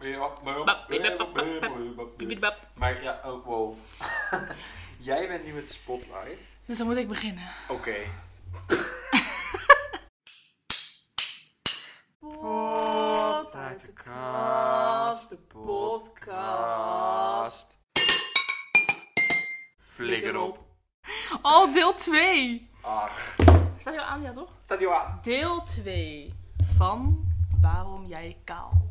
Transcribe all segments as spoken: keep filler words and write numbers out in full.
Maar ja, ook wow. Jij bent nu met de spotlight. Dus dan moet ik beginnen. Oké. Okay. Pot uit de kast, de podcast. Flikker op. Oh, deel twee. Ach. Staat je al aan, ja toch? Staat je al aan? Deel twee van Waarom jij kaal.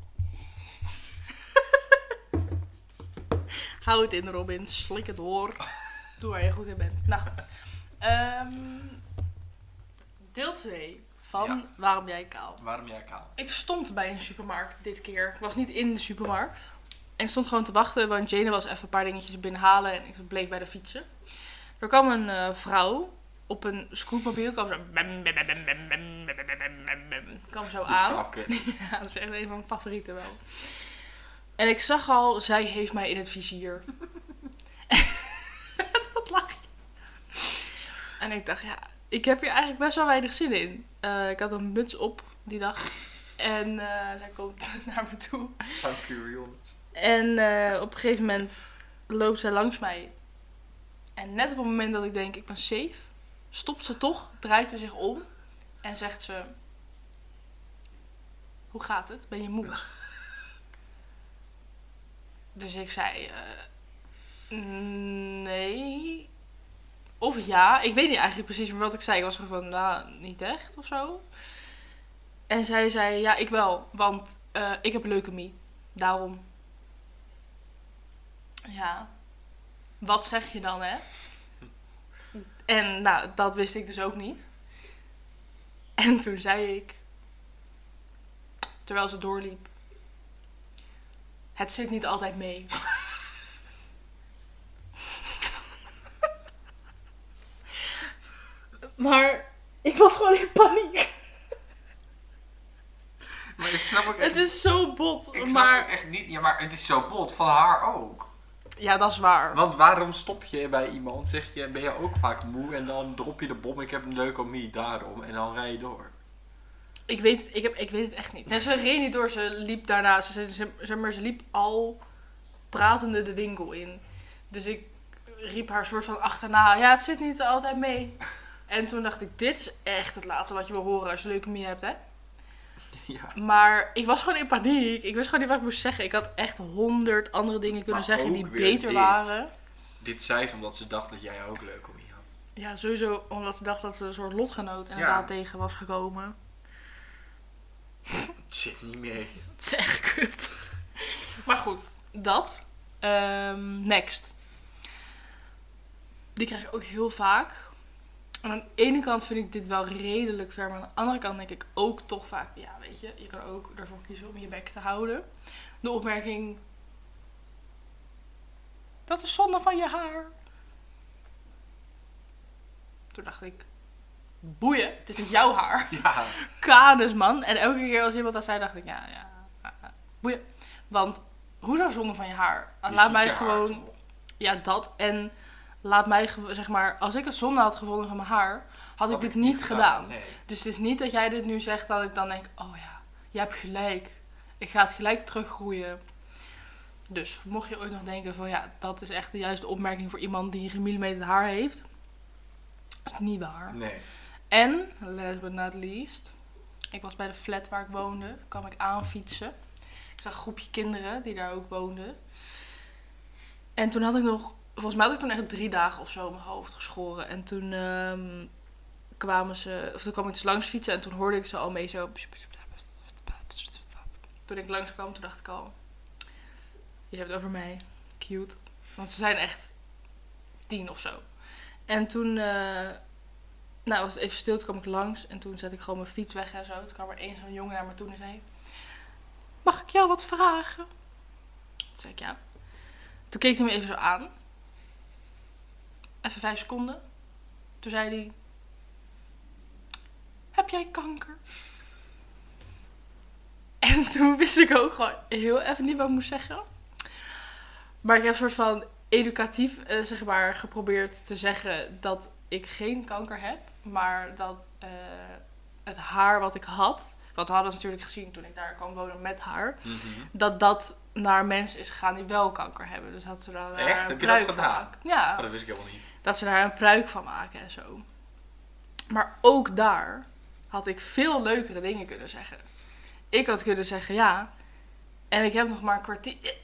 Hou het in, Robin. Slik het door. Doe waar je goed in bent. Nou goed. Um, deel twee van ja. Waarom jij kaal. Waarom jij kaal? Ik stond bij een supermarkt dit keer. Ik was niet in de supermarkt. En ik stond gewoon te wachten, want Jane was even een paar dingetjes binnenhalen en ik bleef bij de fietsen. Er kwam een uh, vrouw op een scootmobiel, kwam zo, bam, bam, bam, bam, bam, bam, bam, bam, kwam zo aan. Ja, dat is echt een van mijn favorieten wel. En ik zag al, zij heeft mij in het vizier. Dat lach je. En ik dacht, ja, ik heb hier eigenlijk best wel weinig zin in. Uh, ik had een muts op die dag. En uh, zij komt naar me toe. Dank u, jongens. En uh, op een gegeven moment loopt zij langs mij. En net op het moment dat ik denk, ik ben safe, stopt ze toch, draait ze zich om. En zegt ze, hoe gaat het? Ben je moe? Dus ik zei, uh, nee. Of ja, ik weet niet eigenlijk precies meer wat ik zei. Ik was gewoon van, nou, niet echt of zo. En zij zei, ja, ik wel, want uh, ik heb leukemie. Daarom. Ja, wat zeg je dan, hè? En nou, dat wist ik dus ook niet. En toen zei ik, terwijl ze doorliep, het zit niet altijd mee. Maar ik was gewoon in paniek. Maar ik snap ook echt, het is zo bot. Ik snap maar... ook echt niet. Ja, maar het is zo bot. Van haar ook. Ja, dat is waar. Want waarom stop je bij iemand? Zeg je, ben je ook vaak moe en dan drop je de bom. Ik heb een leukemie, daarom. En dan rij je door. Ik weet het, ik heb, ik weet het echt niet. Nee, ze reed niet door. Ze liep daarna. Ze, ze, ze, ze, maar ze liep al pratende de winkel in. Dus ik riep haar soort van achterna. Ja, het zit niet altijd mee. En toen dacht ik, dit is echt het laatste wat je wil horen als je leukemie hebt, hè? Ja. Maar ik was gewoon in paniek. Ik wist gewoon niet wat ik moest zeggen. Ik had echt honderd andere dingen kunnen maar zeggen die beter dit. waren. Dit zei ze omdat ze dacht dat jij ook leukemie had. Ja, sowieso omdat ze dacht dat ze een soort lotgenoot inderdaad ja. tegen was gekomen. Het zit niet mee. Het is echt kut. Maar goed, dat. Um, next. Die krijg ik ook heel vaak. En aan de ene kant vind ik dit wel redelijk ver, maar aan de andere kant denk ik ook toch vaak, ja weet je, je kan ook ervoor kiezen om je bek te houden. De opmerking, dat is zonde van je haar. Toen dacht ik, boeien, het is niet jouw haar. Ja. Kanus man. En elke keer als iemand dat zei, dacht ik, ja, ja, ja boeien. Want, hoezo zonde van je haar? Je Laat mij gewoon, ja dat en... Laat mij, zeg maar, als ik het zonde had gevonden van mijn haar, had, had ik dit ik niet gedaan. gedaan. Nee. Dus het is niet dat jij dit nu zegt dat ik dan denk, oh ja, je hebt gelijk. Ik ga het gelijk teruggroeien. Dus mocht je ooit nog denken van ja, dat is echt de juiste opmerking voor iemand die gemillimeterd haar heeft. Dat is niet waar. Nee. En, last but not least, ik was bij de flat waar ik woonde, kwam ik aanfietsen. Ik zag een groepje kinderen die daar ook woonden. En toen had ik nog... Volgens mij had ik toen echt drie dagen of zo mijn hoofd geschoren. En toen um, kwamen ze... Of toen kwam ik dus langs fietsen en toen hoorde ik ze al mee zo... Toen ik langs kwam, toen dacht ik al... Je hebt het over mij. Cute. Want ze zijn echt tien of zo. En toen... Uh, nou, was het even stil. Toen kwam ik langs. En toen zette ik gewoon mijn fiets weg en zo. Toen kwam er één zo'n jongen naar me toe en zei... Mag ik jou wat vragen? Toen zei ik ja. Toen keek hij me even zo aan. Even vijf seconden. Toen zei hij... Heb jij kanker? En toen wist ik ook gewoon heel even niet wat ik moest zeggen. Maar ik heb een soort van educatief, eh, zeg maar, geprobeerd te zeggen dat ik geen kanker heb. Maar dat uh, het haar wat ik had want we hadden natuurlijk gezien toen ik daar kwam wonen met haar, Mm-hmm. dat dat naar mensen is gegaan die wel kanker hebben. Dus dat ze daar Echt? een Heb je pruik dat van gedaan? maken. Ja, Oh, dat wist ik helemaal niet. dat ze daar een pruik van maken en zo. Maar ook daar had ik veel leukere dingen kunnen zeggen. Ik had kunnen zeggen, ja, en ik heb nog maar een kwartier...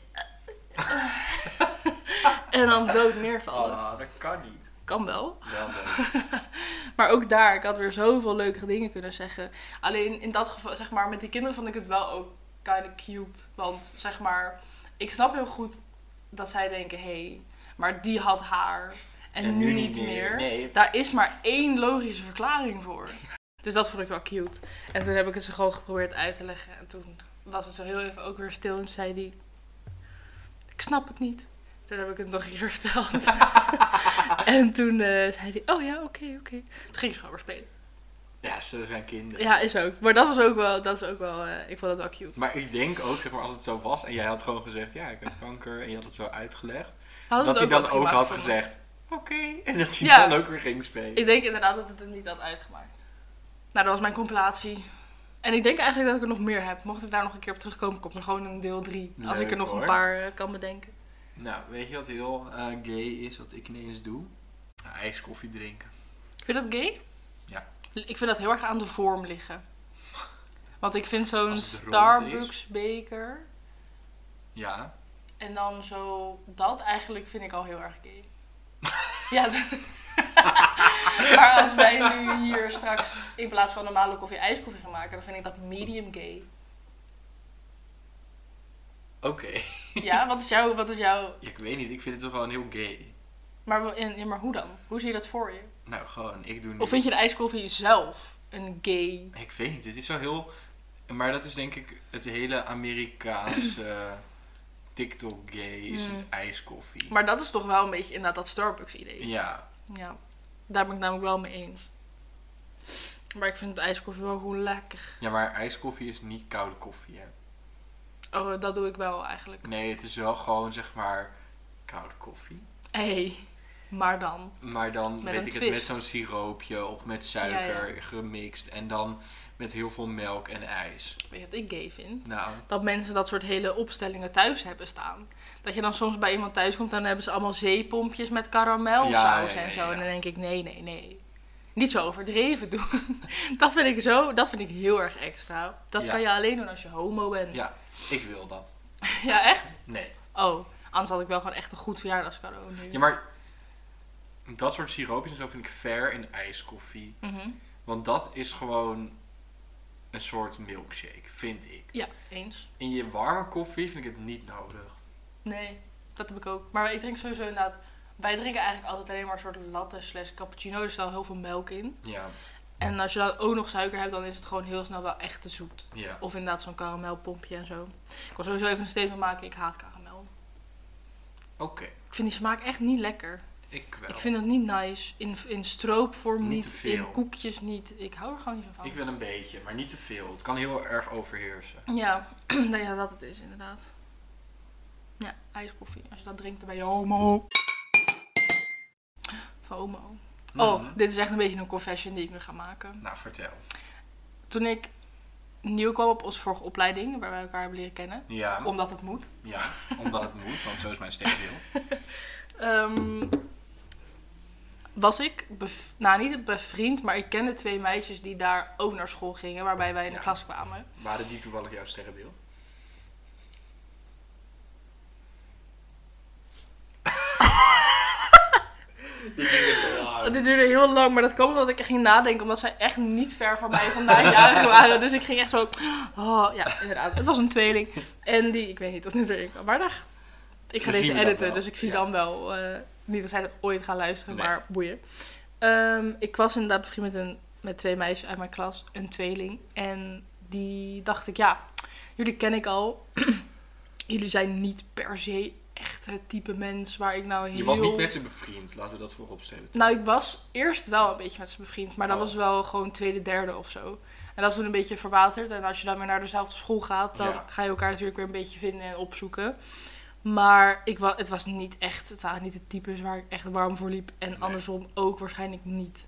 en dan dood neervallen. Oh, dat kan niet. Kan wel. Wel leuk. Maar ook daar, ik had weer zoveel leukere dingen kunnen zeggen. Alleen in dat geval, zeg maar, met die kinderen vond ik het wel ook kinda cute. Want zeg maar, ik snap heel goed dat zij denken, hé, hey, maar die had haar en, En nu, nu niet niet meer. meer. Nee. Daar is maar één logische verklaring voor. Dus dat vond ik wel cute. En toen heb ik het ze gewoon geprobeerd uit te leggen. En toen was het zo heel even ook weer stil. En toen zei hij, ik snap het niet. Toen heb ik het nog een keer verteld. En toen uh, zei hij, oh ja, oké, okay, oké. Okay. Toen ging ze gewoon weer spelen. Ja, ze zijn kinderen. Ja, is ook. Maar dat was ook wel, dat is ook wel, uh, ik vond het wel cute. Maar ik denk ook, zeg maar, als het zo was en jij had gewoon gezegd, ja, ik heb kanker en je had het zo uitgelegd, Had dat hij ook dan wel ook prima had gevonden. gezegd, oké, okay, en dat hij Ja. dan ook weer ging spelen. Ik denk inderdaad dat het er niet had uitgemaakt. Nou, dat was mijn compilatie. En ik denk eigenlijk dat ik er nog meer heb. Mocht ik daar nog een keer op terugkomen, komt er gewoon een deel drie. Als Leuk, ik er nog hoor. een paar uh, kan bedenken. Nou, weet je wat heel uh, gay is, wat ik ineens doe? IJskoffie drinken. Vind je dat gay? Ja. Ik vind dat heel erg aan de vorm liggen. Want ik vind zo'n Als het rond Starbucks beker Ja. en dan zo dat eigenlijk vind ik al heel erg gay. Ja, dat- maar als wij nu hier straks in plaats van normale koffie ijskoffie gaan maken, dan vind ik dat medium gay. Oké. Okay. Ja, wat is jouw, wat is jouw... Ja, ik weet niet, ik vind het toch gewoon heel gay. Maar, wel- en- ja, maar hoe dan? Hoe zie je dat voor je? Nou, gewoon, ik doe nu... Of vind je de ijskoffie zelf een gay? Ik weet niet, dit is zo heel... Maar dat is denk ik het hele Amerikaanse TikTok-gay is Mm. een ijskoffie. Maar dat is toch wel een beetje inderdaad dat Starbucks idee. Ja. Ja, daar ben ik namelijk wel mee eens. Maar ik vind de ijskoffie wel gewoon lekker. Ja, maar ijskoffie is niet koude koffie, hè? Oh, dat doe ik wel eigenlijk. Nee, het is wel gewoon, zeg maar, koude koffie. Hé, hey, maar dan. Maar dan, Met weet een ik twist. het, met zo'n siroopje of met suiker Ja, gemixt. En dan met heel veel melk en ijs. Weet je wat ik gay vind? Nou, Dat mensen dat soort hele opstellingen thuis hebben staan. Dat je dan soms bij iemand thuis komt en dan hebben ze allemaal zeepompjes met karamelsaus Ja, ja, ja, en zo. ja. En dan denk ik, nee, nee, nee. Niet zo overdreven doen. dat vind ik zo, dat vind ik heel erg extra. Dat Ja. kan je alleen doen als je homo bent. ja, ik wil dat. Ja, echt? Nee. Oh, anders had ik wel gewoon echt een goed verjaardagscadeau nu. Ja, maar dat soort siroopjes en zo vind ik fair in ijskoffie. Mhm. Want dat is gewoon een soort milkshake, vind ik. Ja, eens. In je warme koffie vind ik het niet nodig. Nee, dat heb ik ook. Maar ik drink sowieso inderdaad... Wij drinken eigenlijk altijd alleen maar een soort latte slash cappuccino. Er staat heel veel melk in. Ja, En als je dan ook nog suiker hebt, dan is het gewoon heel snel wel echt te zoet. ja. Of inderdaad zo'n karamelpompje en zo. Ik wil sowieso even een statement maken. Ik haat karamel. Oké, Ik vind die smaak echt niet lekker. ik wel. Ik vind het niet nice. In, in stroopvorm Niet niet. te veel. In koekjes niet. Ik hou er gewoon niet zo van. Ik wil een beetje, maar niet te veel. Het kan heel erg overheersen. Ja, ik denk dat dat het is inderdaad. Ja, ijskoffie. Als je dat drinkt, dan ben je homo. FOMO. Oh, Mhm. dit is echt een beetje een confession die ik nu ga maken. Nou, vertel. Toen ik nieuw kwam op onze vorige opleiding, waar wij elkaar hebben leren kennen, Ja, omdat het moet, ja, omdat het moet, want zo is mijn sterrenbeeld. ehm, was ik, bev- nou niet bevriend, maar ik kende twee meisjes die daar ook naar school gingen, waarbij wij in de Ja. klas kwamen. Waren die toevallig jouw sterrenbeeld? Oh, dit duurde heel lang, maar dat kwam omdat ik ging nadenken, omdat zij echt niet ver van mij vandaan jaren waren. Dus ik ging echt zo, oh ja, inderdaad, het was een tweeling. En die, ik weet niet of het een tweeling was, maar dag, ik ga We zien deze dat editen, wel. dus ik zie Ja. dan wel, eh, niet dat zij dat ooit gaan luisteren, Nee. maar boeien. Ehm, ik was inderdaad bevriend met, een, met twee meisjes uit mijn klas, een tweeling. En die dacht ik, ja, jullie ken ik al. Jullie zijn niet per se echt het type mens waar ik nou heel... Je was niet met ze bevriend, laten we dat voorop stellen. Nou, ik was eerst wel een beetje met ze bevriend, maar dat Oh. was wel gewoon tweede, derde of zo. En dat is toen een beetje verwaterd. En als je dan weer naar dezelfde school gaat, dan Ja. ga je elkaar natuurlijk weer een beetje vinden en opzoeken. Maar ik wa- het was niet echt, het waren niet de types waar ik echt warm voor liep. En Nee. andersom ook waarschijnlijk niet.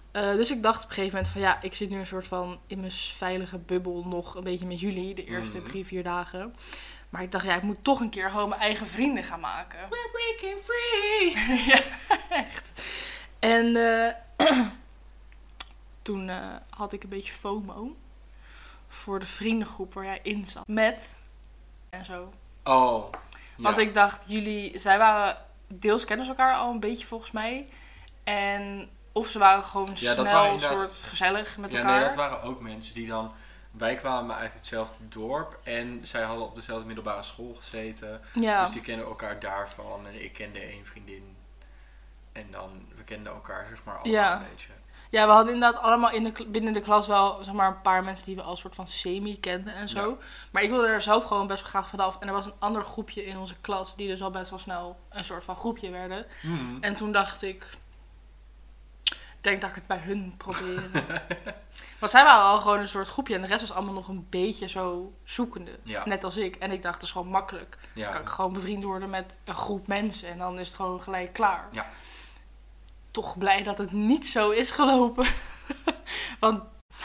Uh, dus ik dacht op een gegeven moment van ja, ik zit nu een soort van in mijn veilige bubbel nog een beetje met jullie de eerste mm-hmm. drie, vier dagen. Maar ik dacht ja, ik moet toch een keer gewoon mijn eigen vrienden gaan maken. We're breaking free! Ja, echt. En uh, toen uh, had ik een beetje FOMO voor de vriendengroep waar jij in zat. Met en zo. Oh. Ja. Want ik dacht, jullie, zij waren, deels kennen ze elkaar al een beetje volgens mij. En of ze waren gewoon ja, snel een soort gezellig met ja, elkaar. Nee, dat waren ook mensen die dan... Wij kwamen uit hetzelfde dorp en zij hadden op dezelfde middelbare school gezeten. Ja. Dus die kenden elkaar daarvan en ik kende één vriendin. En dan, we kenden elkaar zeg maar allemaal ja. een beetje. Ja, we hadden inderdaad allemaal in de, binnen de klas wel zeg maar een paar mensen die we als soort van semi kenden en zo. Ja. Maar ik wilde er zelf gewoon best wel graag vanaf. En er was een ander groepje in onze klas die dus al best wel snel een soort van groepje werden. Mm. En toen dacht ik, ik denk dat ik het bij hun moet proberen. Want zij waren al gewoon een soort groepje en de rest was allemaal nog een beetje zo zoekende. Ja. Net als ik. En ik dacht, dat is gewoon makkelijk. Ja. Dan kan ik gewoon bevriend worden met een groep mensen en dan is het gewoon gelijk klaar. Ja. Toch blij dat het niet zo is gelopen. Want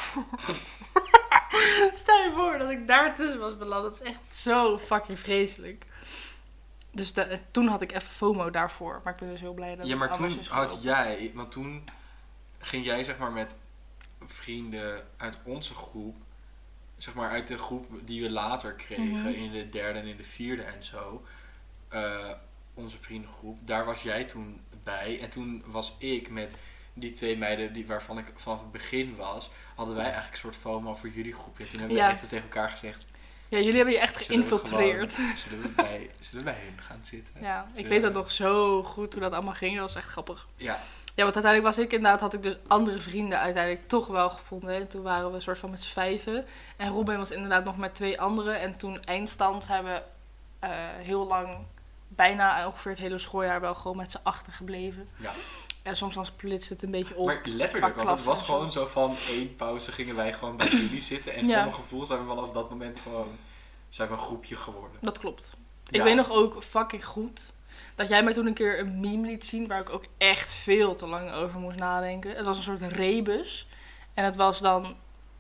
stel je voor dat ik daar tussen was beland. Dat is echt zo fucking vreselijk. Dus de, toen had ik even FOMO daarvoor. Maar ik ben dus heel blij dat ja, maar het anders toen is gelopen. had jij, want toen ging jij zeg maar met vrienden uit onze groep, zeg maar uit de groep die we later kregen, mm-hmm. in de derde en in de vierde en zo, uh, onze vriendengroep, daar was jij toen bij. En toen was ik met die twee meiden die, waarvan ik vanaf het begin was, hadden wij eigenlijk een soort FOMO voor jullie groepje. En toen hebben ja. we echt tegen elkaar gezegd, ja, jullie hebben je echt geïnfiltreerd. Gewoon, zullen, we bij, zullen we bij hun gaan zitten? Ja, ik zullen weet we... dat nog zo goed hoe dat allemaal ging. Dat was echt grappig. Ja. Ja, want uiteindelijk was ik inderdaad, had ik dus andere vrienden uiteindelijk toch wel gevonden. En toen waren we een soort van met z'n vijven. En Robin was inderdaad nog met twee anderen. En toen eindstand zijn we uh, heel lang, bijna ongeveer het hele schooljaar, wel gewoon met z'n achten gebleven. Ja. En soms dan splitst het een beetje op. Maar letterlijk, want het was gewoon zo van één pauze gingen wij gewoon bij jullie zitten. En ja. voor mijn gevoel zijn we vanaf dat moment gewoon zijn we een groepje geworden. Dat klopt. Ja. Ik weet nog ook fucking goed dat jij mij toen een keer een meme liet zien waar ik ook echt veel te lang over moest nadenken. Het was een soort rebus. En het was dan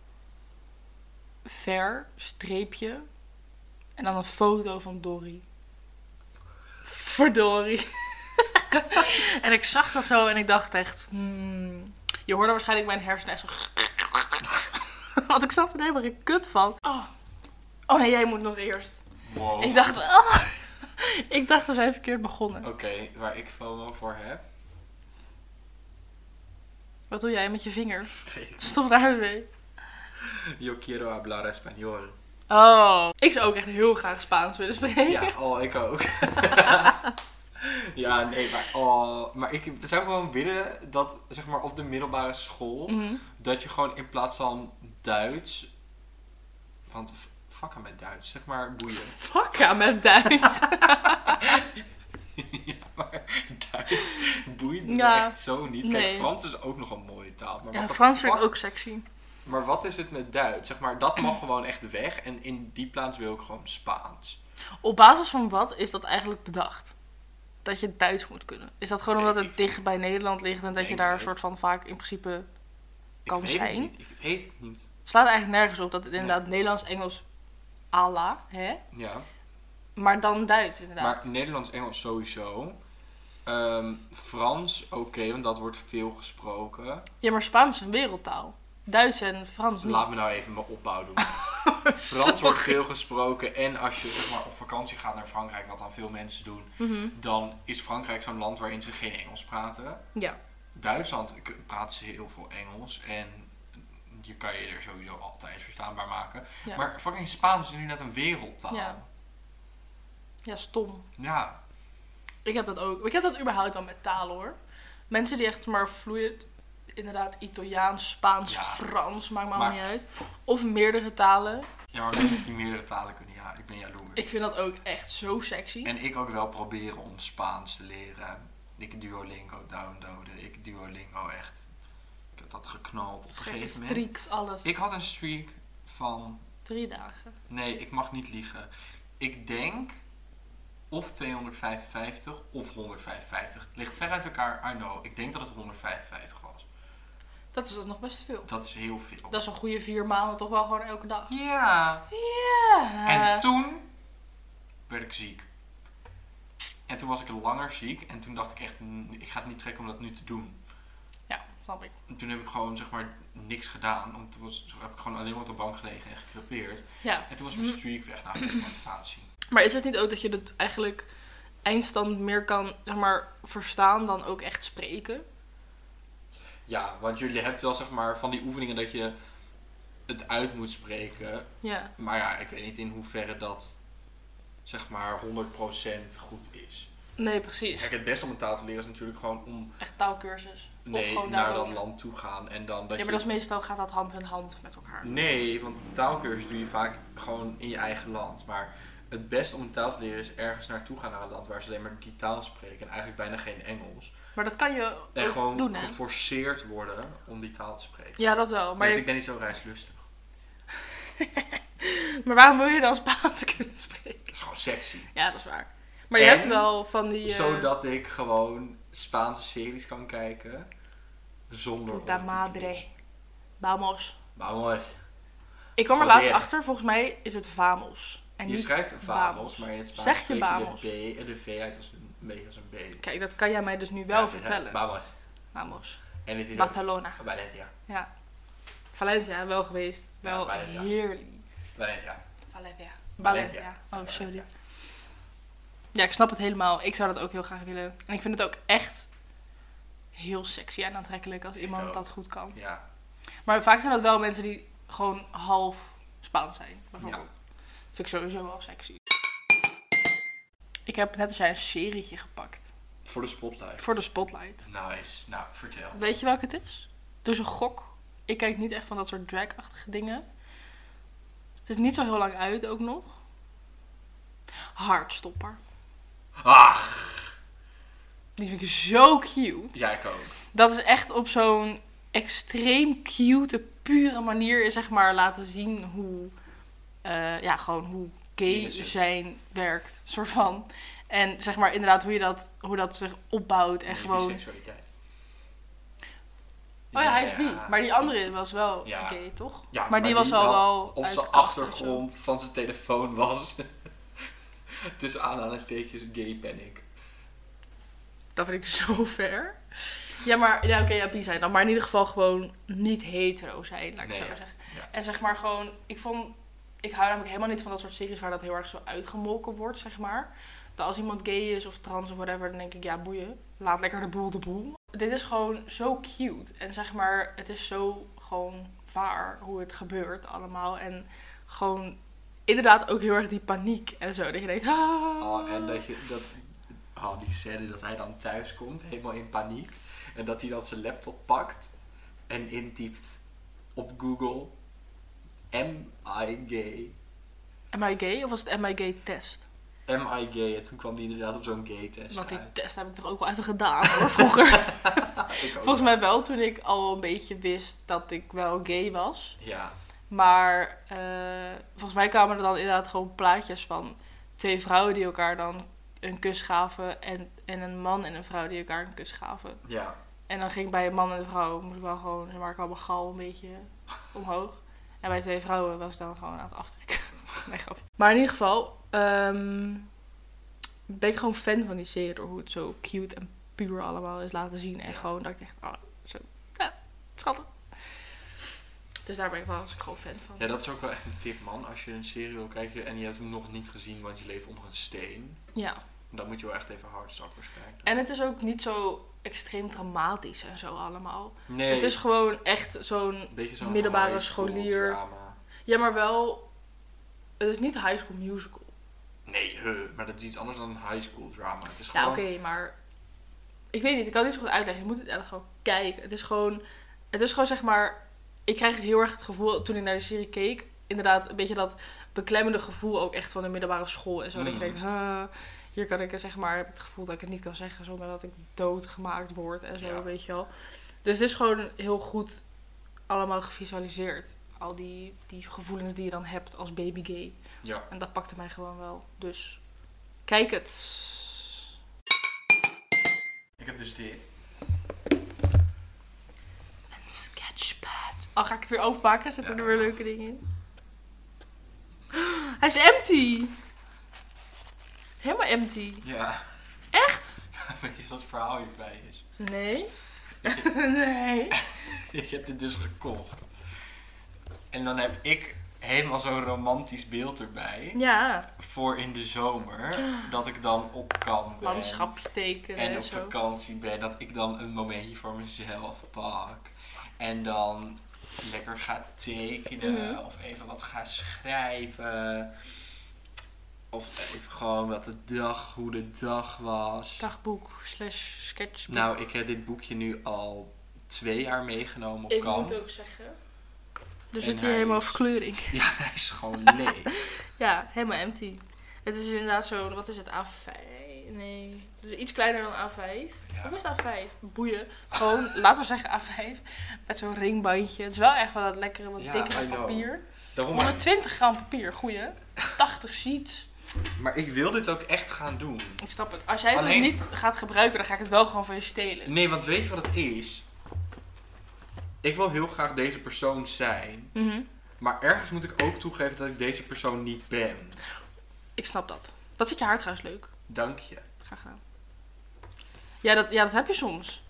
ver, streepje. En dan een foto van Dorrie. Verdorie. En ik zag dat zo en ik dacht echt, hmm, je hoorde waarschijnlijk mijn hersenen echt zo. Want ik zat er helemaal geen kut van. Oh. oh nee, jij moet nog eerst. Wow. Ik dacht, oh. ik dacht we zijn verkeerd begonnen. Oké, okay, waar ik FOMO voor heb. Wat doe jij met je vinger? Stop daar mee. Yo quiero hablar español. Oh, ik zou ook echt heel graag Spaans willen spreken. Ja, oh, ik ook. Ja, nee, maar, oh, maar ik zou gewoon willen dat, zeg maar, op de middelbare school, mm-hmm. dat je gewoon in plaats van Duits, want fuck aan met Duits, zeg maar, boeien. Fuck aan met Duits? Ja, maar Duits boeit me ja, echt zo niet. Kijk, nee. Frans is ook nog een mooie taal. Maar ja, Frans vind ik ook sexy. Maar wat is het met Duits? Zeg maar, dat mag gewoon echt weg en in die plaats wil ik gewoon Spaans. Op basis van wat is dat eigenlijk bedacht? Dat je Duits moet kunnen. Is dat gewoon weet omdat het dicht bij Nederland ligt en dat je daar een het. soort van vaak in principe kan ik weet zijn? Het niet. Ik weet het niet. Het slaat eigenlijk nergens op dat het inderdaad nee. Nederlands, Engels, à la, hè? Ja. Maar dan Duits inderdaad. Maar Nederlands, Engels sowieso. Um, Frans oké, okay, want dat wordt veel gesproken. Ja, maar Spaans is een wereldtaal. Duits en Frans niet. Laat me nou even mijn opbouw doen. Frans wordt veel gesproken en als je zeg maar, op vakantie gaat naar Frankrijk, wat dan veel mensen doen, mm-hmm. dan is Frankrijk zo'n land waarin ze geen Engels praten. Ja. Duitsland praten ze heel veel Engels en je kan je er sowieso altijd verstaanbaar maken. Ja. Maar fucking Spaans is nu net een wereldtaal. Ja. Ja, stom. Ja. Ik heb dat ook. Ik heb dat überhaupt al met talen hoor. Mensen die echt maar vloeiend, inderdaad Italiaans, Spaans, ja. Frans, maakt me maar, allemaal niet uit. Of meerdere talen. Ja, maar mensen die meerdere talen kunnen, ja, ik ben jaloers. Ik vind dat ook echt zo sexy. En ik ook wel proberen om Spaans te leren. Ik Duolingo downloaden. Ik Duolingo echt. Ik heb dat geknald op een Gekke gegeven moment. streaks, alles. Ik had een streak van... Drie dagen. Nee, ik mag niet liegen. Ik denk of tweehonderdvijfenvijftig of honderdvijfenvijftig. Het ligt ver uit elkaar, I know. Ik denk dat het honderdvijfenvijftig was. Dat is nog best veel. Dat is heel veel. Dat is een goede vier maanden toch wel gewoon elke dag. Ja. Ja. En toen werd ik ziek. En toen was ik langer ziek. En toen dacht ik echt, ik ga het niet trekken om dat nu te doen. Ja, snap ik. En toen heb ik gewoon zeg maar niks gedaan. Want toen was, heb ik gewoon alleen maar op de bank gelegen en gecrepeerd. Ja. En toen was mijn streak weg. Nou, de motivatie. Maar is het niet ook dat je het eigenlijk eindstand meer kan, zeg maar, verstaan dan ook echt spreken? Ja, want jullie hebben wel zeg maar van die oefeningen dat je het uit moet spreken. Ja. Maar ja, ik weet niet in hoeverre dat zeg maar honderd procent goed is. Nee, precies. Kijk, het beste om een taal te leren is natuurlijk gewoon om Echt taalkursus. nee, of gewoon naar daar dat wonen. land toe gaan. En dan dat Ja, je... maar dat is meestal gaat dat hand in hand met elkaar. Nee, want taalkursus doe je vaak gewoon in je eigen land. Maar het beste om een taal te leren is ergens naartoe gaan naar een land waar ze alleen maar die taal spreken. En eigenlijk bijna geen Engels. Maar dat kan je En ook gewoon doen, hè? geforceerd worden om die taal te spreken. Ja, dat wel. Maar, Want je... ik ben niet zo reislustig. maar waarom wil je dan Spaans kunnen spreken? Dat is gewoon sexy. Ja, dat is waar. Maar je En hebt wel van die... Uh... Zodat ik gewoon Spaanse series kan kijken zonder Puta madre. Vamos. Vamos. Ik kwam er Joder. laatst achter, volgens mij is het vamos. En Je niet schrijft vamos, maar in het Spaans Zeg je spreek vamos? de B en de V uit als een, een beetje als een B. Kijk, dat kan jij mij dus nu wel Ja, vertellen. Vamos. Vamos. En het is Barcelona. Valencia. Ja. Valencia, wel geweest. Wel Ja, Valencia. heerlijk. Valencia. Valencia. Valencia. Valencia. Oh, sorry. Ja, ik snap het helemaal. Ik zou dat ook heel graag willen. En ik vind het ook echt heel sexy en aantrekkelijk als iemand ook. dat goed kan. Ja. Maar vaak zijn dat wel mensen die gewoon half Spaans zijn, bijvoorbeeld. Vind ik sowieso wel sexy. Ik heb net als jij een serietje gepakt. Voor de spotlight. Voor de spotlight. Nice. Nou, vertel. Weet je welke het is? Dus een gok. Ik kijk niet echt van dat soort drag-achtige dingen. Het is niet zo heel lang uit ook nog. Hartstopper. Ach. Die vind ik zo cute. Ja, ik ook. Dat is echt op zo'n extreem cute, pure manier, zeg maar, laten zien hoe, uh, ja, gewoon hoe gay zijn werkt, soort van. En zeg maar inderdaad hoe je dat, hoe dat zich opbouwt en gewoon... seksualiteit. Oh ja, hij is bi. Maar die andere was wel ja. gay, toch? Ja, maar, die was al wel op zijn achtergrond van zijn telefoon was tussen aanhalingstekens gay panic. Dat vind ik zo ver. Ja, maar ja, oké, okay, ja, bi zijn dan. Maar in ieder geval gewoon niet hetero zijn, laat ik nee, zo ja. zeggen. Ja. En zeg maar gewoon, ik vond... Ik hou namelijk helemaal niet van dat soort series waar dat heel erg zo uitgemolken wordt, zeg maar. Dat als iemand gay is of trans of whatever, dan denk ik, ja, boeien. Laat lekker de boel de boel. Dit is gewoon zo cute. En zeg maar, het is zo gewoon waar hoe het gebeurt allemaal. En gewoon inderdaad ook heel erg die paniek en zo. Dat je denkt, ah. Oh, en dat je, dat, oh, die scène dat hij dan thuis komt, helemaal in paniek. En dat hij dan zijn laptop pakt en intypt op Google, am I gay? Am I gay? Of was het am I gay test? Am I gay? En toen kwam die inderdaad op zo'n gay test. Want die uit. test heb ik toch ook wel even gedaan hoor, vroeger. Ik ook Volgens mij wel toen ik al een beetje wist dat ik wel gay was. Ja. Maar uh, volgens mij kwamen er dan inderdaad gewoon plaatjes van twee vrouwen die elkaar dan een kus gaven. En, en een man en een vrouw die elkaar een kus gaven. Ja. En dan ging bij een man en een vrouw, moest ik wel gewoon, zeg maar, ik had mijn gal een beetje omhoog. En bij twee vrouwen was ik dan gewoon aan het aftrekken. Nee, grapje. Maar in ieder geval, um, ben ik gewoon fan van die serie door hoe het zo cute en puur allemaal is laten zien. En Ja. gewoon dat ik echt, oh, zo, ja, schattig. Dus daar ben ik wel als ik gewoon fan van. Ja, dat is ook wel echt een tip, man. Als je een serie wil kijken en je hebt hem nog niet gezien, want je leeft onder een steen. Ja. Dan moet je wel echt even Heartstopper kijken. En het is ook niet zo extreem dramatisch en zo allemaal. Nee. Het is gewoon echt zo'n beetje zo'n middelbare high school scholier. drama. Ja, maar wel, het is niet High School Musical. Nee, huh, maar dat is iets anders dan een high school drama. Het is Ja, gewoon... oké, okay, maar ik weet niet, ik kan het niet zo goed uitleggen. Je moet het echt gewoon kijken. Het is gewoon, het is gewoon zeg maar, ik krijg heel erg het gevoel toen ik naar de serie keek, inderdaad een beetje dat beklemmende gevoel ook echt van de middelbare school en zo. Mm. Dat je denkt, huh, hier kan ik zeg maar, heb ik het gevoel dat ik het niet kan zeggen zonder dat ik doodgemaakt word en zo, ja. Weet je wel. Dus het is gewoon heel goed allemaal gevisualiseerd. Al die, die gevoelens die je dan hebt als baby gay. Ja. En dat pakte mij gewoon wel. Dus kijk het. Ik heb dus dit. Een scanner. Al ga ik het weer openmaken, zitten ja. er weer leuke dingen in. Hij is empty. Helemaal empty. Ja. Echt? Ja, weet je wat het verhaal hierbij is? Nee. Ik, nee. Ik heb dit dus gekocht. En dan heb ik helemaal zo'n romantisch beeld erbij. Ja. Voor in de zomer. Dat ik dan op kamp ben. Landschapje tekenen en, en op zo. vakantie ben. Dat ik dan een momentje voor mezelf pak. En dan lekker ga tekenen. Mm-hmm. Of even wat ga schrijven. Of even gewoon wat de dag, hoe de dag was. Dagboek slash sketchboek. Nou, ik heb dit boekje nu al twee jaar meegenomen op ik kamp. Ik moet ook zeggen. Dus zit hier helemaal is, verkleuring. Ja, hij is gewoon leeg. Ja, helemaal empty. Het is inderdaad zo, wat is het, A vijf? Nee, het is iets kleiner dan A vijf. Ja. Of is het A vijf? Boeien. Gewoon, laten we zeggen A vijf. Met zo'n ringbandje. Het is wel echt wel dat lekkere, wat ja, dikkere papier. honderdtwintig gram papier, goeie. tachtig sheets. Maar ik wil dit ook echt gaan doen. Ik snap het. Als jij het Alleen... niet gaat gebruiken, dan ga ik het wel gewoon van je stelen. Nee, want weet je wat het is? Ik wil heel graag deze persoon zijn. Mm-hmm. Maar ergens moet ik ook toegeven dat ik deze persoon niet ben. Ik snap dat. Wat zit je haar trouwens leuk? Dank je. Graag gedaan. Ja dat, ja, dat heb je soms.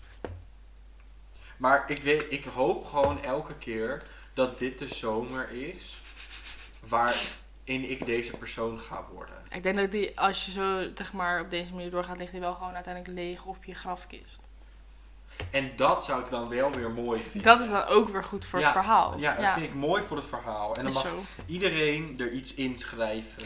Maar ik, weet, ik hoop gewoon elke keer dat dit de zomer is waarin ik deze persoon ga worden. Ik denk dat die, als je zo zeg maar, op deze manier doorgaat, ligt die wel gewoon uiteindelijk leeg op je grafkist. En dat zou ik dan wel weer mooi vinden. Dat is dan ook weer goed voor ja, het verhaal. Ja, dat ja. vind ik mooi voor het verhaal. En dan is mag zo. iedereen er iets in schrijven.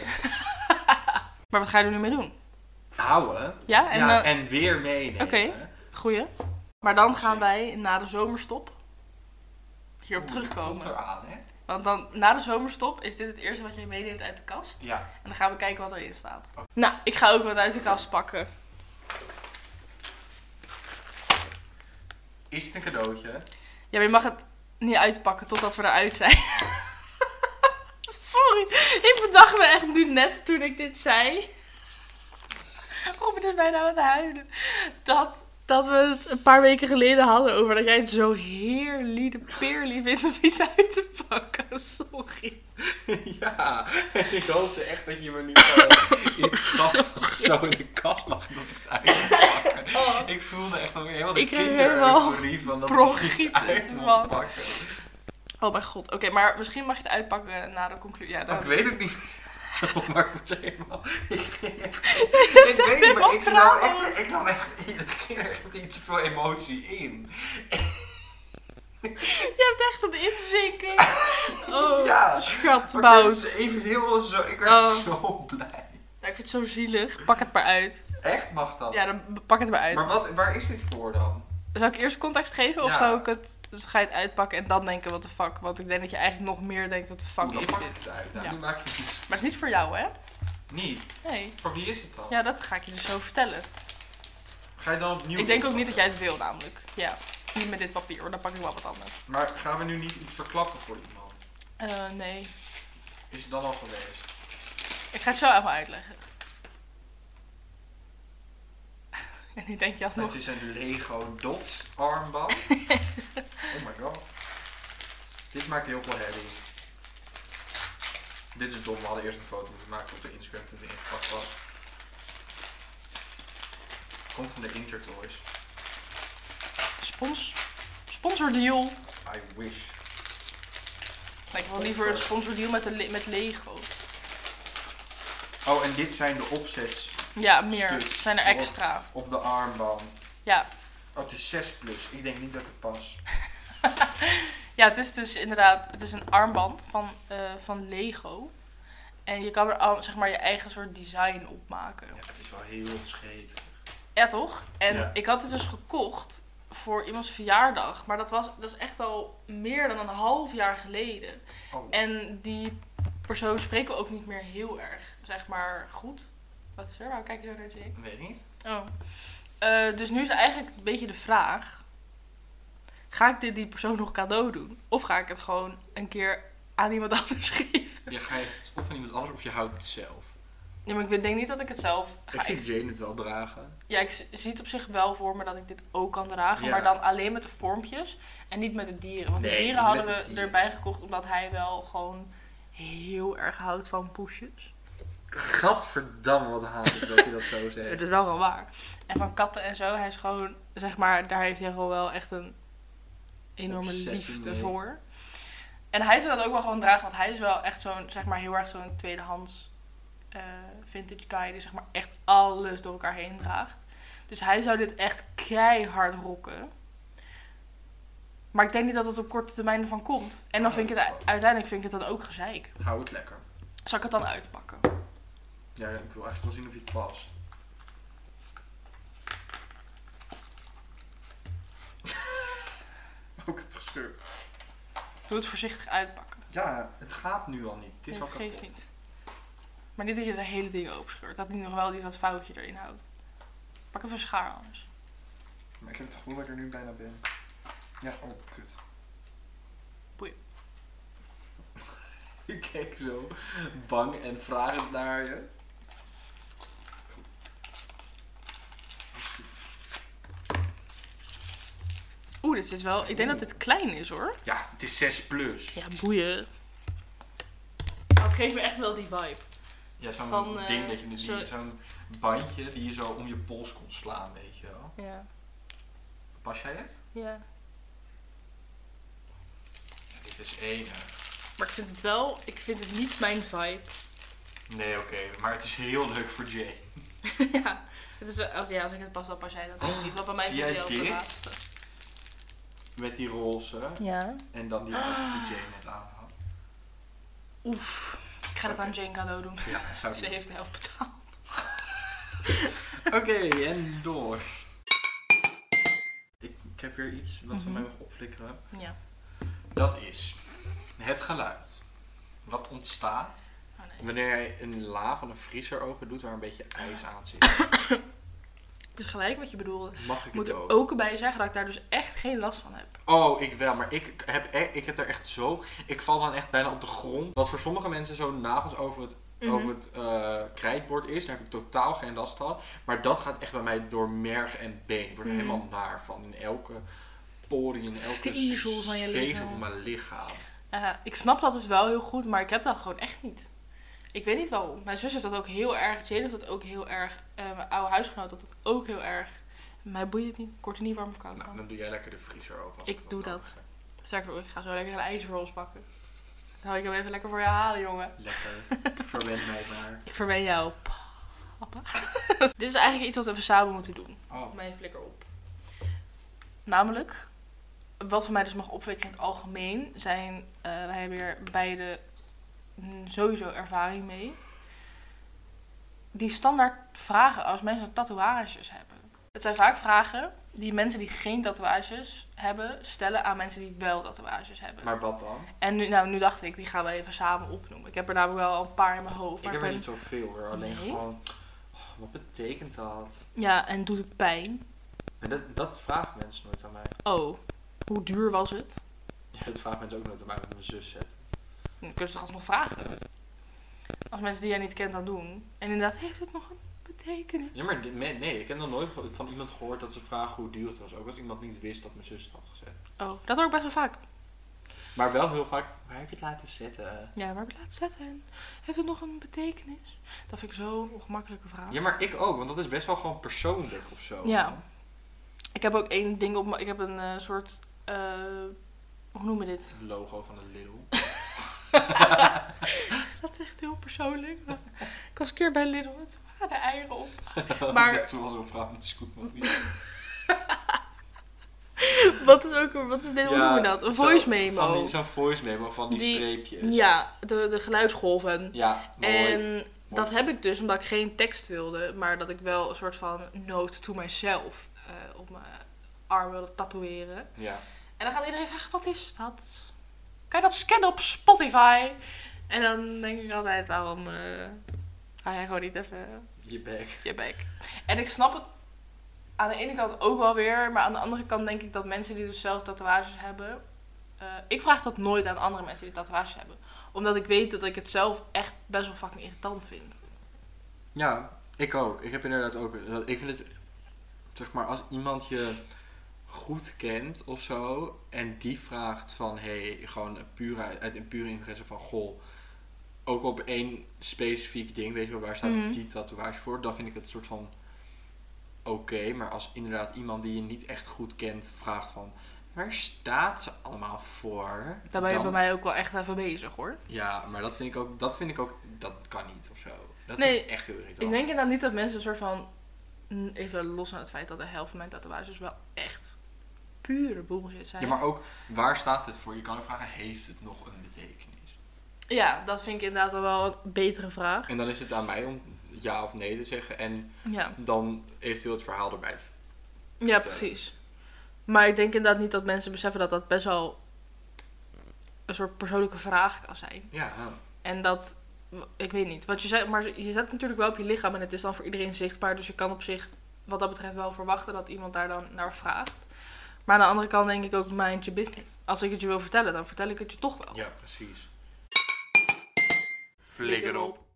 Maar wat ga je er nu mee doen? Houden. Ja, en, ja, uh, en weer meenemen. Oké, okay. Goeie. Maar dan gaan wij na de zomerstop hierop Oeh, terugkomen. Komt eraan, hè? Want dan, na de zomerstop is dit het eerste wat jij meeneemt uit de kast. Ja. En dan gaan we kijken wat erin staat. Okay. Nou, ik ga ook wat uit de kast pakken. Is het een cadeautje? Ja, maar je mag het niet uitpakken totdat we eruit zijn. Sorry, ik bedacht me echt nu net toen ik dit zei. Robin is bijna aan het huilen. Dat, dat we het een paar weken geleden hadden over dat jij het zo heerlijk peerlie vindt om iets uit te pakken. Sorry. Ja, ik hoopte echt dat je me nu gewoon iets gaf zo in de kast lag dat ik het uit moet pakken. Oh. Ik voelde echt alweer helemaal de kinder-euforie van dat ik iets uit mocht pakken. Oh mijn god, oké, okay, maar misschien mag je het uitpakken na de conclusie. Ja, dan... oh, ik weet ook niet. Maar ik moet helemaal... Ik ging echt... ik weet niet, maar ik nam echt, ik nam echt... Ik ging er echt iets te veel emotie in. Je hebt echt een inzinking. Oh, ja, schatbout. Even heel zo... Ik werd oh. zo blij. Ja, ik vind het zo zielig. Pak het maar uit. Echt? Mag dat? Ja, dan pak het maar uit. Maar wat, waar is dit voor dan? Zou ik eerst context geven of ja. zou ik het... Dus ga je het uitpakken en dan denken, what the fuck. Want ik denk dat je eigenlijk nog meer denkt, what the fuck Oeh, is dit? dit. Uit. Nou, ja. Nu maak je het iets. Maar het is niet voor jou, hè? Niet? Nee. Voor wie is het dan? Ja, dat ga ik je dus zo vertellen. Ga je dan opnieuw... Ik denk ook niet dat jij het wil, namelijk. Ja. Niet met dit papier, hoor. Dan pak ik wel wat anders. Maar gaan we nu niet iets verklappen voor iemand? Uh, nee. Is het dan al geweest? Ik ga het zo even uitleggen. En nu denk je alsnog... Het is een Lego Dots armband. Oh my god. Dit maakt heel veel herrie. Dit is dom, we hadden eerst een foto moeten maken op de Instagram toen het ingepakt was. Komt van de Intertoys. Spons? Sponsordeal. I wish. Maar ik wil liever een sponsordeal met, le- met Lego. Oh, en dit zijn de opzets. Ja, meer. Stuks zijn er extra. Op, op de armband. Ja. Oh, het is zes plus. Ik denk niet dat het pas. Ja, het is dus inderdaad, het is een armband van, uh, van Lego. En je kan er al, zeg maar, je eigen soort design op maken. Ja, het is wel heel scheet. Ja, toch? En ja. ik had het dus gekocht voor iemands verjaardag. Maar dat, was, dat is echt al meer dan een half jaar geleden. Oh. En die persoon spreken we ook niet meer heel erg, zeg maar, goed. Wat is er? Waarom kijk je zo naar Jake? Weet niet. Oh. Uh, dus nu is eigenlijk een beetje de vraag... Ga ik dit die persoon nog cadeau doen? Of ga ik het gewoon een keer aan iemand anders geven? Je geeft het of aan iemand anders of je houdt het zelf. Ja, maar ik denk niet dat ik het zelf ga. Ik zie Jane het wel dragen. Ja, ik zie het op zich wel voor me dat ik dit ook kan dragen. Ja. Maar dan alleen met de vormpjes en niet met de dieren. Want nee, de dieren hadden we dieren. erbij gekocht omdat hij wel gewoon heel erg houdt van poesjes. Gadverdamme, wat haat ik dat je dat zo zegt. Het is wel gewoon waar. En van katten en zo, hij is gewoon, zeg maar, daar heeft hij gewoon wel echt een enorme Obsessie liefde mee. voor. En hij zou dat ook wel gewoon dragen, want hij is wel echt zo'n, zeg maar, heel erg zo'n tweedehands uh, vintage guy die zeg maar echt alles door elkaar heen draagt. Dus hij zou dit echt keihard rocken. Maar ik denk niet dat het op korte termijn ervan komt. En dan vind ik het, uiteindelijk vind ik het dan ook gezeik. Hou het lekker. Zal ik het dan uitpakken? Ja, ik wil echt wel zien of hij het past. Ook het gescheurd. Doe het voorzichtig uitpakken. Ja, het gaat nu al niet. Het is nee, al het kapot. geeft niet. Maar niet dat je de hele ding openscheurt. Dat niet nog wel die dat foutje erin houdt. Pak even een schaar anders. Maar ik heb het gevoel dat ik er nu bijna ben. Ja, oh, kut. Boeien. Ik kijk zo bang en vragend naar je. Oeh, dit is wel... Ik denk dat dit klein is, hoor. Ja, het is zes plus. Ja, boeien. Dat geeft me echt wel die vibe. Ja, zo'n Van, ding uh, dat je... Zo... Zo'n bandje die je zo om je pols kon slaan, weet je wel. Ja. Pas jij het? Ja. Ja, dit is één. Maar ik vind het wel... Ik vind het niet mijn vibe. Nee, oké. Okay, maar het is heel leuk voor Jay. Ja. Het is wel, als, ja, als ik het pas, dan pas jij dat oh, niet. Want bij mij is het heel de laatste. Met die roze. Ja. En dan die outfit die Jane net aan had. Oef. Ik ga dat okay. aan Jane cadeau doen. Ja, zou Ze heeft de helft betaald. Oké, okay, en door. Ik, ik heb weer iets wat mm-hmm. van mij mag opflikkeren. Ja. Dat is het geluid wat ontstaat oh, nee. wanneer jij een la van een vriezer open doet waar een beetje ijs aan zit. Dus gelijk wat je bedoelde. Mag ik moet het er ook? ook bij zeggen dat ik daar dus echt geen last van heb. Oh, ik wel. Maar ik heb, e- ik heb er echt zo... Ik val dan echt bijna op de grond. Wat voor sommige mensen zo nagels over het, mm-hmm. over het uh, krijtbord is. Daar heb ik totaal geen last van. Maar dat gaat echt bij mij door merg en been. Ik word er mm. helemaal naar van. In elke porie, in elke vezel van je lichaam. van mijn lichaam. Uh, ik snap dat dus wel heel goed. Maar ik heb dat gewoon echt niet. Ik weet niet waarom. Mijn zus heeft dat ook heel erg. Jane heeft dat ook heel erg. Uh, mijn oude huisgenoot had dat ook heel erg. Mij boeit het niet. Ik word er niet warm of koud van. Nou, dan doe jij lekker de vriezer open. Ik doe dat. Sterker nog, ik ga zo lekker een ijsrolls pakken. Dan hou ik hem even lekker voor je halen, jongen. Lekker. Verwen mij maar. Ik verwen jou. Papa. Dit is eigenlijk iets wat we even samen moeten doen. Oh. Mijn flikker op. Namelijk, wat voor mij dus mag opwekken in het algemeen, zijn, uh, wij hebben hier beide sowieso ervaring mee. Die standaard vragen als mensen tatoeages hebben. Het zijn vaak vragen die mensen die geen tatoeages hebben stellen aan mensen die wel tatoeages hebben. Maar wat dan? En nu, nou, nu dacht ik, die gaan we even samen opnoemen. Ik heb er namelijk wel een paar in mijn hoofd. Ik heb er niet zoveel hoor. Alleen nee. gewoon, oh, wat betekent dat? Ja, en doet het pijn? En dat, dat vragen mensen nooit aan mij. Oh, hoe duur was het? Ja, dat vragen mensen ook nooit aan mij, want mijn zus zet het. Dan kunnen ze toch alsnog vragen? Als mensen die jij niet kent dan doen. En inderdaad, heeft het nog een betekenis? Ja, maar nee, ik heb nog nooit van iemand gehoord dat ze vragen hoe duur het was. Ook als iemand niet wist dat mijn zus het had gezet. Oh, dat hoor ik best wel vaak. Maar wel heel vaak, waar heb je het laten zetten? Ja, waar heb je het laten zetten? En heeft het nog een betekenis? Dat vind ik zo'n ongemakkelijke vraag. Ja, maar ik ook, want dat is best wel gewoon persoonlijk of zo. Ja. Ik heb ook één ding op mijn... Ik heb een uh, soort... Uh, hoe noem je dit? Logo van een Lidl. Dat is echt heel persoonlijk. Ik was een keer bij Lidl en toen waren de eieren op. Maar... Ik dacht, zoals een vrouw met scoop nog niet. Wat is ook... Wat is dit? Hoe ja, noem je dat? Een voice memo. Die, zo'n voice memo van die, die streepjes. Ja, de, de geluidsgolven. Ja, mooi. En mooi. Dat heb ik dus omdat ik geen tekst wilde. Maar dat ik wel een soort van note to myself uh, op mijn arm wilde tatoeëren. Ja. En dan gaat iedereen vragen, wat is dat? Kan je dat scannen op Spotify? En dan denk ik altijd, waarom uh, ga jij gewoon niet even... Je bek. Je bek. En ik snap het aan de ene kant ook wel weer. Maar aan de andere kant denk ik dat mensen die dus zelf tatoeages hebben... Uh, ik vraag dat nooit aan andere mensen die tatoeages hebben. Omdat ik weet dat ik het zelf echt best wel fucking irritant vind. Ja, ik ook. Ik heb inderdaad ook... Ik vind het... Zeg maar, als iemand je goed kent of zo... En die vraagt van... Hey, gewoon puur uit, uit een pure interesse van... Goh, ook op één specifiek ding... Weet je wel, waar staat mm. die tatoeage voor? Dan vind ik het een soort van... Oké, okay, maar als inderdaad iemand die je niet echt goed kent... Vraagt van... Waar staat ze allemaal voor? Daar ben je dan, bij mij ook wel echt even bezig, hoor. Ja, maar dat vind ik ook... Dat vind ik ook... Dat kan niet of zo. Dat nee, vind ik echt heel irritant. Ik denk inderdaad niet dat mensen een soort van... Even los van het feit dat de helft van mijn tatoeages wel echt pure bullshit zijn. Ja, maar ook, waar staat het voor? Je kan ook vragen, heeft het nog een betekenis? Ja, dat vind ik inderdaad wel een betere vraag. En dan is het aan mij om ja of nee te zeggen. En ja. dan eventueel het verhaal erbij te vertellen. Ja, precies. Maar ik denk inderdaad niet dat mensen beseffen dat dat best wel een soort persoonlijke vraag kan zijn. Ja. ja. En dat... Ik weet niet. Want je zet, maar je zet het natuurlijk wel op je lichaam en het is dan voor iedereen zichtbaar. Dus je kan op zich wat dat betreft wel verwachten dat iemand daar dan naar vraagt. Maar aan de andere kant denk ik ook mind your business. Als ik het je wil vertellen, dan vertel ik het je toch wel. Ja, precies. Flikker op.